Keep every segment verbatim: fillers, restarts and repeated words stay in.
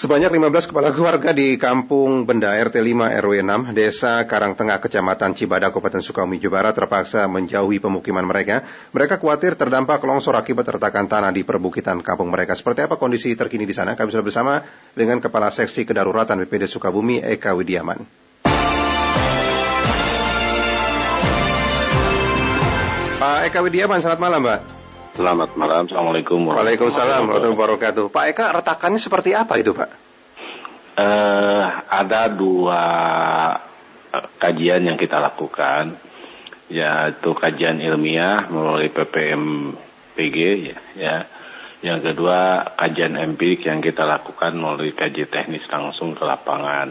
Sebanyak lima belas kepala keluarga di Kampung Benda R T lima R W enam, Desa Karangtengah, Kecamatan Cibadak, Kabupaten Sukabumi, Jawa Barat terpaksa menjauhi pemukiman mereka. Mereka khawatir terdampak longsor akibat retakan tanah di perbukitan kampung mereka. Seperti apa kondisi terkini di sana? Kami sudah bersama dengan Kepala Seksi Kedaruratan B P D Sukabumi, Eka Widiaman. Pak Eka Widiaman, selamat malam, Pak. Selamat malam, Assalamualaikum Waalaikumsalam warahmatullahi wabarakatuh. Pak Eka, retakannya seperti apa itu, Pak? Uh, ada dua kajian yang kita lakukan, yaitu kajian ilmiah melalui P P M P G, ya, ya. Yang kedua, kajian empirik yang kita lakukan melalui kajian teknis langsung ke lapangan.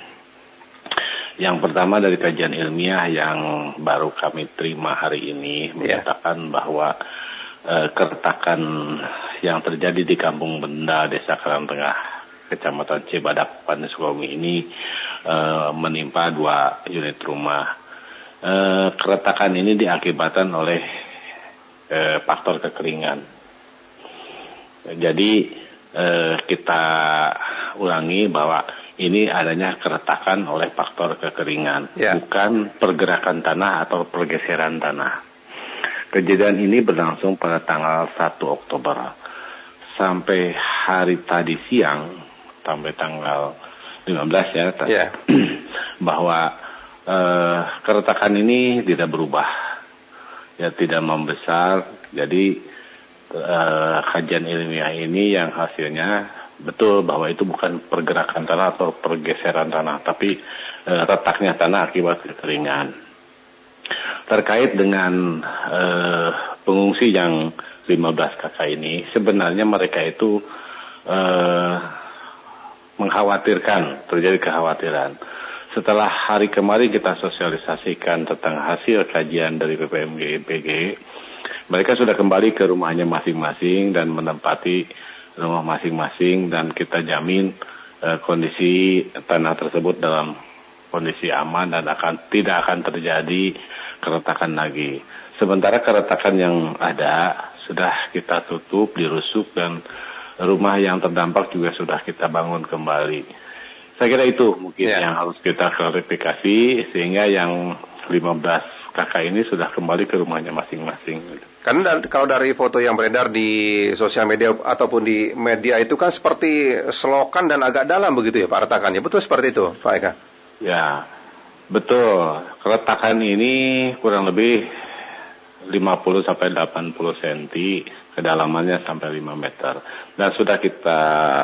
Yang pertama dari kajian ilmiah yang baru kami terima hari ini, menyatakan yeah. bahwa Uh, keretakan yang terjadi di Kampung Benda, Desa Karangtengah, Kecamatan Cibadak, Kabupaten Sukabumi ini uh, menimpa dua unit rumah. Uh, keretakan ini diakibatkan oleh uh, faktor kekeringan. Jadi uh, kita ulangi bahwa ini adanya keretakan oleh faktor kekeringan, yeah. bukan pergerakan tanah atau pergeseran tanah. Kejadian ini berlangsung pada tanggal satu Oktober sampai hari tadi siang, sampai tanggal lima belas ya, yeah. bahwa eh, keretakan ini tidak berubah, ya tidak membesar. Jadi eh, kajian ilmiah ini yang hasilnya betul bahwa itu bukan pergerakan tanah atau pergeseran tanah, tapi eh, retaknya tanah akibat kekeringan. Terkait dengan uh, pengungsi yang lima belas kakak ini, sebenarnya mereka itu uh, mengkhawatirkan, terjadi kekhawatiran. Setelah hari kemarin kita sosialisasikan tentang hasil kajian dari P P M P G, mereka sudah kembali ke rumahnya masing-masing dan menempati rumah masing-masing, dan kita jamin uh, kondisi tanah tersebut dalam kondisi aman dan akan tidak akan terjadi keretakan lagi. Sementara keretakan yang ada sudah kita tutup, dirusuk, dan rumah yang terdampak juga sudah kita bangun kembali. Saya kira itu mungkin ya. yang harus kita klarifikasi, sehingga yang lima belas kakak ini sudah kembali ke rumahnya masing-masing. Karena kalau dari foto yang beredar di sosial media ataupun di media itu kan seperti selokan dan agak dalam begitu ya Pak retakannya. Betul seperti itu Pak Eka? Ya, betul. Keretakan ini kurang lebih lima puluh sampai delapan puluh sentimeter, kedalamannya sampai lima meter. Dan sudah kita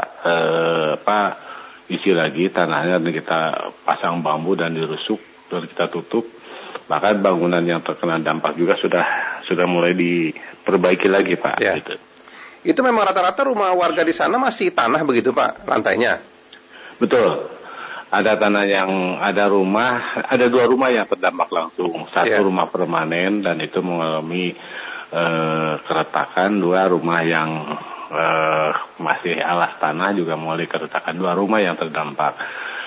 eh, apa isi lagi tanahnya, dan kita pasang bambu dan dirusuk dan kita tutup. Bahkan bangunan yang terkena dampak juga sudah sudah mulai diperbaiki lagi, Pak. Ya. Gitu. Itu memang rata-rata rumah warga di sana masih tanah begitu, Pak, lantainya? Betul. Ada tanah yang, ada rumah, ada dua rumah yang terdampak langsung. Satu yeah. rumah permanen dan itu mengalami uh, keretakan. Dua rumah yang uh, masih alas tanah juga mulai keretakan. Dua rumah yang terdampak.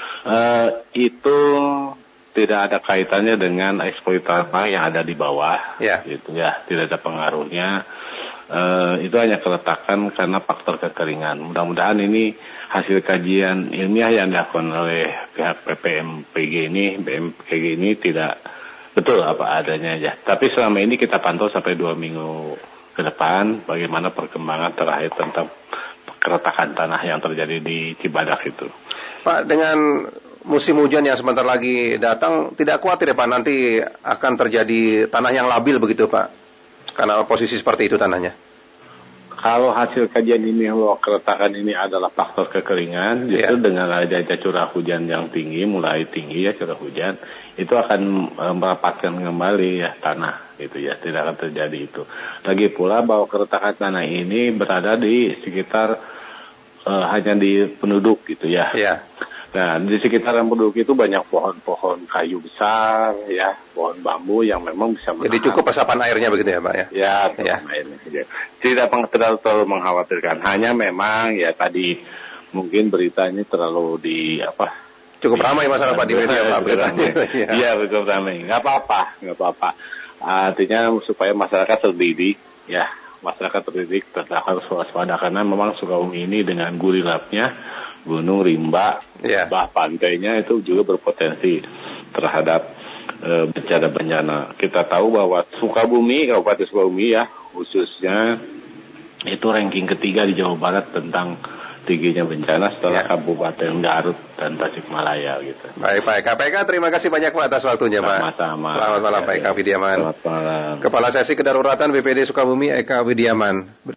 Uh, itu tidak ada kaitannya dengan eksploitasi yang ada di bawah. Yeah. Gitu ya, tidak ada pengaruhnya. Uh, itu hanya keretakan karena faktor kekeringan. Mudah-mudahan ini hasil kajian ilmiah yang dilakukan oleh pihak P P M P G ini, B M P G ini tidak betul apa adanya aja. Tapi selama ini kita pantau sampai dua minggu ke depan bagaimana perkembangan terakhir tentang keretakan tanah yang terjadi di Cibadak itu. Pak, dengan musim hujan yang sebentar lagi datang, tidak khawatir ya Pak nanti akan terjadi tanah yang labil begitu Pak? Karena posisi seperti itu tanahnya. Kalau hasil kajian ini bahwa keretakan ini adalah faktor kekeringan, justru yeah. dengan adanya curah hujan yang tinggi, mulai tinggi ya curah hujan, itu akan e, merapatkan kembali ya tanah, gitu ya, tidak akan terjadi itu. Lagi pula bahwa keretakan tanah ini berada di sekitar e, hanya di penduduk, gitu ya. Yeah. Nah, di sekitaran penduduk itu banyak pohon-pohon kayu besar, ya, pohon bambu yang memang bisa menahan. Jadi cukup resapan airnya begitu ya, Pak ya? Ya, ya. Airnya. Tidak terlalu, terlalu mengkhawatirkan. Hanya memang ya tadi mungkin beritanya terlalu di apa? Cukup ramai masalah Pak di media Pak beritanya. Iya, cukup ramai. Nggak apa-apa, nggak apa-apa. Artinya supaya masyarakat terdidik, ya, masyarakat terdidik tetap harus waspada karena memang Sukabumi ini dengan gurilapnya Gunung Rimba, yeah. bah pantainya itu juga berpotensi terhadap uh, bencana-bencana. Kita tahu bahwa Sukabumi, Kabupaten Sukabumi ya, khususnya itu ranking ketiga di Jawa Barat tentang tingginya bencana setelah ya. Kabupaten Garut dan Tasikmalaya gitu. Baik, baik. K P K terima kasih banyak Pak atas waktunya Pak. Sama-sama. Selamat malam Pak Eka Widiaman. Selamat malam. Kepala Seksi Kedaruratan B P D Sukabumi Eka Widiaman.